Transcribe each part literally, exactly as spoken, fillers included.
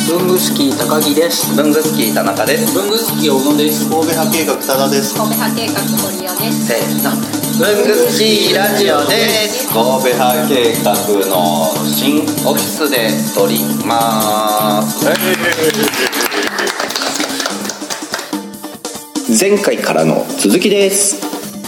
文具スキー高木です。 文具スキー田中です。 文具スキー小野です。 神戸派計画多田です。 神戸派計画堀尾です。 せーの、文具スキーラジオです。神戸派計画の新オフィスで撮ります。前回からの続きです。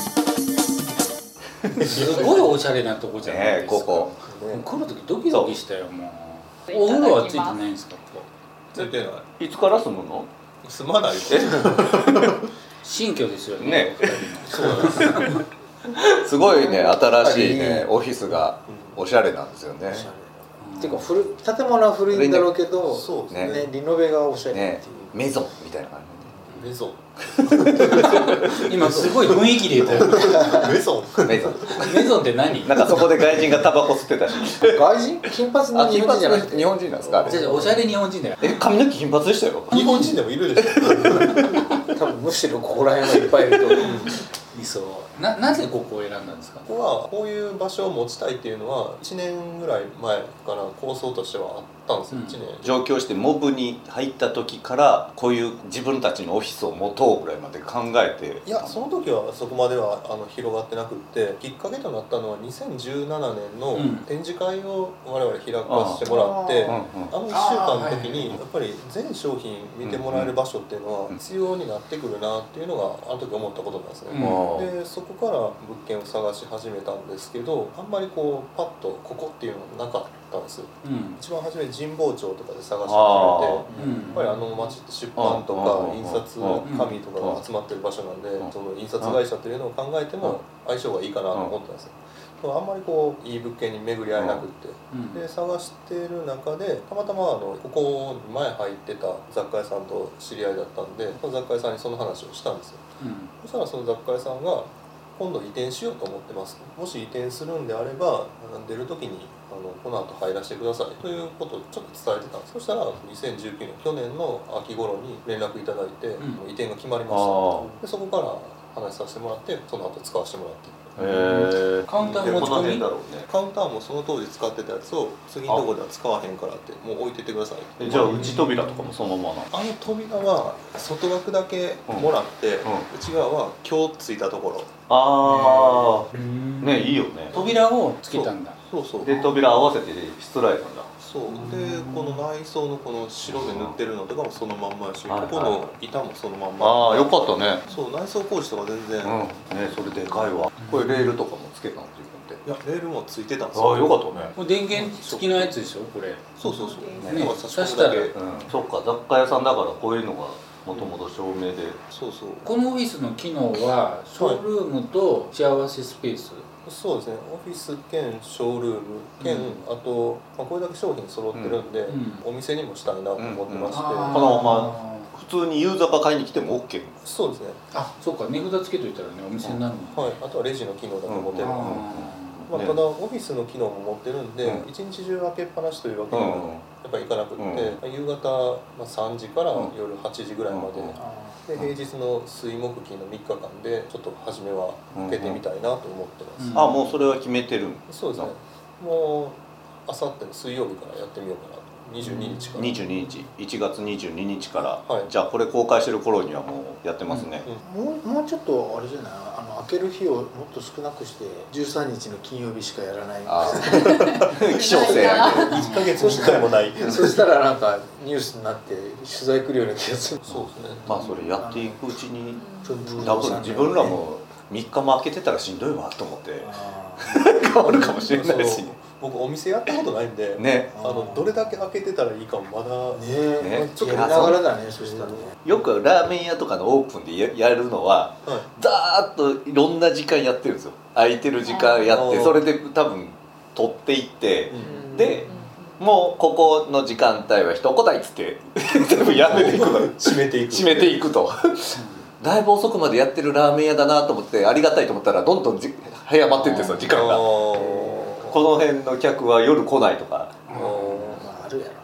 すごいおしゃれなとこじゃないですか、 ね、ここ来るときドキドキしたよ。もうお風呂はついてないんですか？ ついてない。 いつから住むの？ 住まないよ。 新居ですよね。 ねそうなんです。 すごいね、新しいねオフィスがおしゃれなんですよね。 っていうか古建物は古いんだろうけど、 そうねね、リノベがおしゃれっていう、 ね、メゾンみたいな感メゾン。 今すごい雰囲気で言ったよ。 メゾン。 じ。メゾン。 メゾンって何？ なんかそこで外人がタバコ吸ってたし。 外人？金髪の日本人じゃなくて日本人なんですかあれ？ じゃあおしゃれ日本人だよ。 え、髪の毛金髪でしたよ。 日本人でもいるでしょ。 多分むしろここら辺はいっぱいいると思う。 いそう。ななぜここを選んだんですか？ ここはこういう場所を持ちたいっていうのはいちねんぐらい前から構想としてはあったんですよ。 うんいちねん。 上京してモブに入った時からこういう自分たちのオフィスを持とうぐらいまで考えて。 いや、その時はそこまではあの広がってなくって、きっかけとなったのはにせんじゅうななねんのうん展示会を我々開かせてもらって、 うんうんあのいっしゅうかんの時にやっぱり全商品見てもらえる場所っていうのは必要になってくるなっていうのがあの時思ったことなんですね。 うんでそこから物件を探し始めたんですけど、あんまりこうパッとここっていうのはなかったんです。 うん一番初め神保町とかで探し始めて、 うんやっぱりあの街って出版とかうん印刷紙とかが集まってる場所なんで、 うんその印刷会社っていうのを考えても相性がいいかなと思ったんですよ。でもあんまりこういい物件に巡り合えなくって、 うんで探してる中でたまたまあのここに前入ってた雑貨屋さんと知り合いだったんで、その雑貨屋さんにその話をしたんですよ。 うんそしたらその雑貨屋さんが今度移転しようと思ってます。もし移転するんであれば出る時にあのこの後入らせてくださいということをちょっと伝えてたんです。そしたらにせんじゅうきゅうねん去年の秋頃に連絡いただいて、 うん移転が決まりましたでそこから話させてもらって、その後使わせてもらってへー。 カウンター持ち込みこの辺だろうね。 カウンターもその当時使ってたやつを次のとこでは使わへんからってもう置いてってくださいって。 え、じゃあ内扉とかもそのままなの？ あの扉は外枠だけもらって、 うんうん内側は今日ついたところ。 ああ、 うんね、いいよね。 扉をつけたんだ。 そうそうで、扉合わせてしつらえたんだ。 そうでこの内装のこの白で塗ってるのとかもそのまんまやし、 はいはいここの板もそのまんま。 ああ、よかったね。 そう内装工事とか全然、 うん、ね、それでかいわ。これレールとかもつけたの自分で。 いやレールもついてたんですああ、よかったね。 これ電源付きのやつでしょこれ。 そうそうそう、 ねだから差し込むだけ。 うん、そっか、雑貨屋さんだからこういうのがもともと照明で。 そうそうこのオフィスの機能はショールームと打ち合わせスペース。 そうですね、オフィス兼ショールーム兼、 うんあと、まあ、これだけ商品揃ってるんで、 うんお店にもしたいなと思ってまして、 このまま普通にユーザーが買いに来ても OK。 そうですね、 あ、そうか、値札つけといたらねお店になるの。 はい、あとはレジの機能だけ持てる、 うんあまあ、 ねただオフィスの機能も持ってるんで、 うん一日中開けっぱなしというわけうにもん。 やっぱりいかなくって、 うん夕方、まあ、さんじからうん夜はちじぐらいまで、 うんで平日の水木金のみっかかんでちょっと初めは開けてみたいなと思ってます、 うんあ、もうそれは決めてる。 そうですね、もうあさっての水曜日からやってみようかなと、にじゅうににちから、 にじゅうににち、いちがつにじゅうににちから、 はいじゃあこれ公開してる頃にはもうやってますね。 うんもうもうちょっとあれじゃない、あの開ける日をもっと少なくしてじゅうさんにちの金曜日しかやらない。 あー気象性やけど。 いっかげつにいっかいもないそしたらなんかニュースになって取材来るような気がする。 そうですね、 まあそれやっていくうちにうん多分自分らもみっかも開けてたらしんどいわと思ってあ変わるかもしれないしそう僕お店やったことないんで、 ね。 あのどれだけ開けてたらいいかもまだ、 ーねえ、 ねちょっとやりながらだね、そしたらね。 よくラーメン屋とかのオープンでややるのははい、 ザーッといろんな時間やってるんですよ。空いてる時間やってあーそれで多分取っていってうんでもうここの時間帯は一答えっつって全部やめていくの閉めていく閉めていくとだいぶ遅くまでやってるラーメン屋だなと思ってありがたいと思ったらどんどんじ早まってってんですよ時間が。 あーこの辺の客は夜来ないとか。 あーまああるやろね。 うん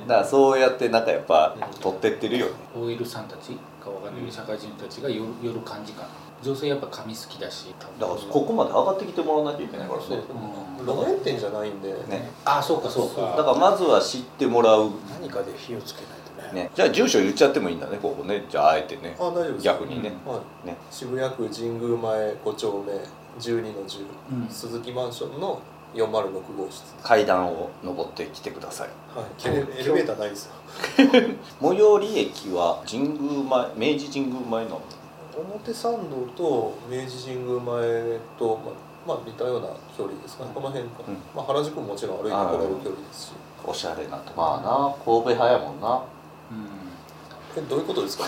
だからそうやってなんかやっぱ取ってってるよね。 オーエル さんたちかわかんない社会人たちが寄る寄る感じかな。女性やっぱ髪好きだし、 だからここまで上がってきてもらわなきゃいけないからね。 路面店じゃないんでね、 ああそうかそうか。 だからまずは知ってもらう、 何かで火をつけないとね。 ね、じゃあ住所言っちゃってもいいんだね、ここね。じゃああえてね、 あ、大丈夫です。 逆にね、 はいね、 渋谷区神宮前ご丁目じゅうにのじゅう、 うん鈴木マンションのよんまるろく号室。 階段を登ってきてください。 はい、エレエレベーターないんですよ。 最寄り駅は神宮前、明治神宮前の表参道と明治神宮前と、まあ、まあ似たような距離ですかね、この辺か、 うんまあ、原宿ももちろん歩いてこれる距離ですし。 おしゃれなとまあな、神戸派やもんな。 え、どういうことですか？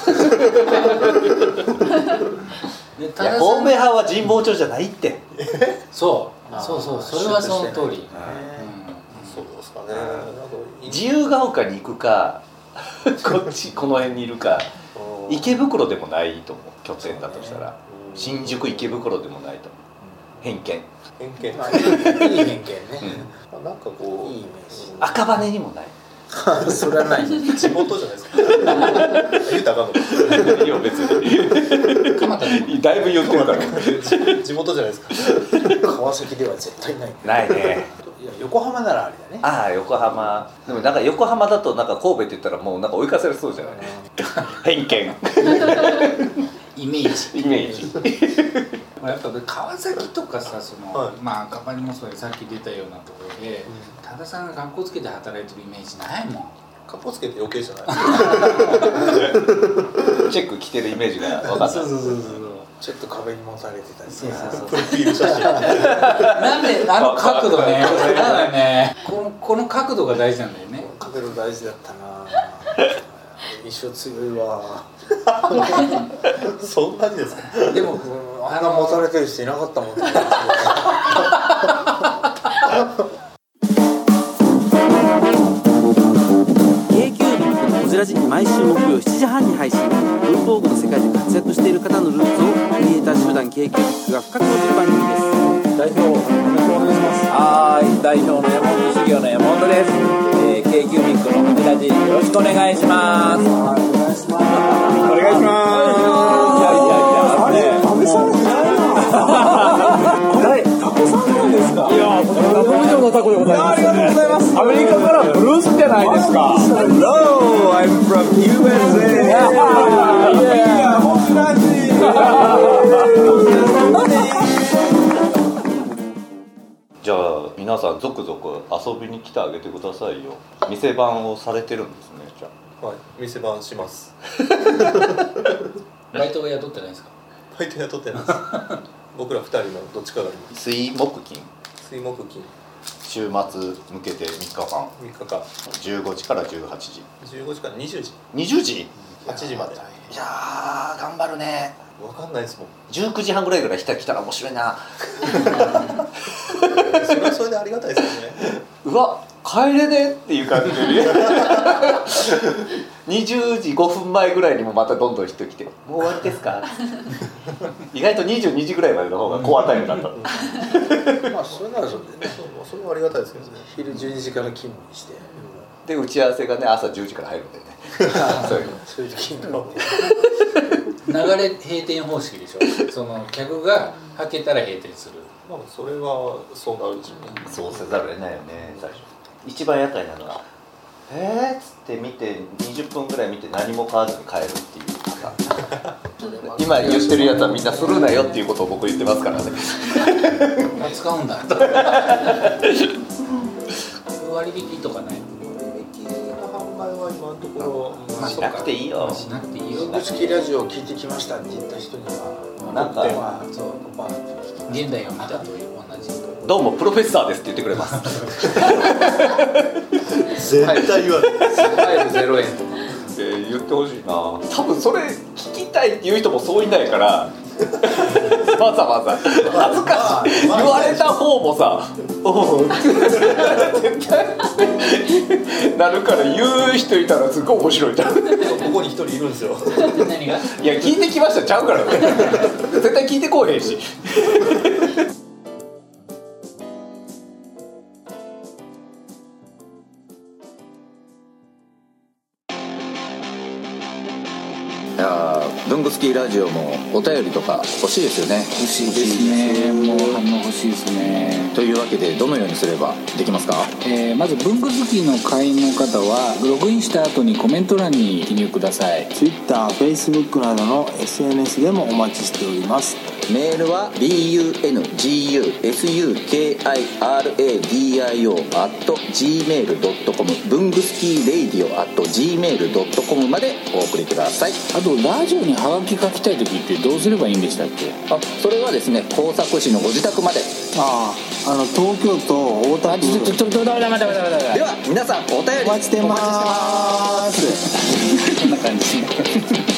でいや神戸派は神保町じゃないって。 そうあーそうそう、それはその通り。 ねそうですかね。なんか自由が丘に行くかこっちこの辺にいるか、池袋でもないと思う、拠点だとしたら。新宿池袋でもないと思う。偏見。 偏見。 まあいいいい偏見ね。 まあなんかこういいイメージ。 赤羽にもない。 それはない。 地元じゃないですか。言うたらあかんのか。 いや別に蒲田でもだいぶ言ってるから。 地元じゃないですか。 川崎では絶対ない。 ないね。 いや横浜ならあれだね。 ああ横浜。でもなんか横浜だとなんか神戸って言ったらもうなんか追い返されそうじゃない。偏見。 イメージ。 イメージ。 やっぱ川崎とかさ、その、 はいまあ赤羽もそうでさっき出たようなところで、多田さんが学校つけて働いてるイメージないもん。 かっこつけて余計じゃない。 チェック着てるイメージが分かった。 そうそうそうそう。 ちょっと壁にもたれてたりそうそうそうプロフィール写真。 なんであの角度ね、なんだね、このこの角度が大事なんだよね。 角度大事だったな。印象強いわ。 そんなにですか。 でもあんな持たれてる人いなかったもんね。 k q b のこじらじ毎週木曜しちじはんに配信。文房具の世界で活躍している方のルーツをクリエイター集団 k q b が深く落ちる番組です。 代表よろしくお願いします。はーい、代表の山本修行の山本です。えー、k q b のこじらじよろしくお願いします。お願いします。お願いします。いやいやいや、あれ、タコさんじゃないな。誰？タコさんなんですか？いや、これタコ以上のタコでございます。ありがとうございます。アメリカからブルースじゃないですか。Hello, I'm from ユーエスエー。いや、もちらじ。 じゃあ皆さん続々遊びに来てあげてくださいよ。店番をされてるんですね。じゃあはい、店番します。 バイトは雇ってないですか？ バイト雇ってないです。僕らふたりのどっちかがいます。 水木金水木金週末向けてみっかかんみっかかんじゅうごじからじゅうはちじじゅうごじからにじゅうじにじゅうじはちじまで。 いやー頑張るね。 わかんないですもん。 じゅうくじはんぐらいから人来たら面白いな。 それはそれでありがたいですよね。 うわ帰れねっていう感じでにじゅうじごふんまえぐらいにもまたどんどん人来て「もう終わりですか?」意外とにじゅうにじぐらいまでの方がコアタイムだった。 まあそれならそれでね。 それはありがたいですけどね。 昼じゅうにじから勤務にして。 で打ち合わせがね朝じゅうじから入るんでね。そういうのそういう時に。 流れ閉店方式でしょ。その客がはけたら閉店する。 まあそれはそうなるでしょうね。 そうせざるを得ないよね最初。一番厄介なのは「えー」っつって見てにじゅっぷんぐらい見て何も買わずに帰るっていうさ。今言ってるやつはみんなするなよっていうことを僕言ってますからね。 あ、使うんだ。割引とかない？ 割引の販売は今のところまあしなくていいよ。 しなくていいよ。 文具付きラジオを聞いてきましたって言った人にはなんかまあそうまあ現代を見たという同じ。 どうもプロフェッサーですって言ってくれます。 絶対言わない。 スマイルゼロえんとか。 えー、言ってほしいな。多分それ聞きたいっていう人もそういないから。わざわざ恥ずかしい、言われた方もさ「おお」絶対なるから言う人いたらすごい面白いじゃん。 ここに一人いるんですよ。 何が？ いや聞いてきましたちゃうからね。絶対聞いてこうへんし。 文具スキーラジオもお便りとか欲しいですよね。 欲しいですね。もう反応欲しいですね。 というわけでどのようにすればできますか？ えー、まず文具好きの会員の方はログインした後にコメント欄に記入ください。 Twitter、Facebook などの エスエヌエス でもお待ちしております。 メールは ビーユーエヌジーユーエスユーケーアイアールエーディーアイオー アット ジーメールドットコム 文具スキーレイディオ アット ジーメールドットコム までお送りください。 あとラジオにハガキ書きたい時ってどうすればいいんでしたっけ？ あ、それはですね、工作士のご自宅まで。 ああ、あの東京都大田区。 ちょっとちょっとダメダメダメダメダメ。 では皆さんお便りお待ちしてます。 こんな感じ。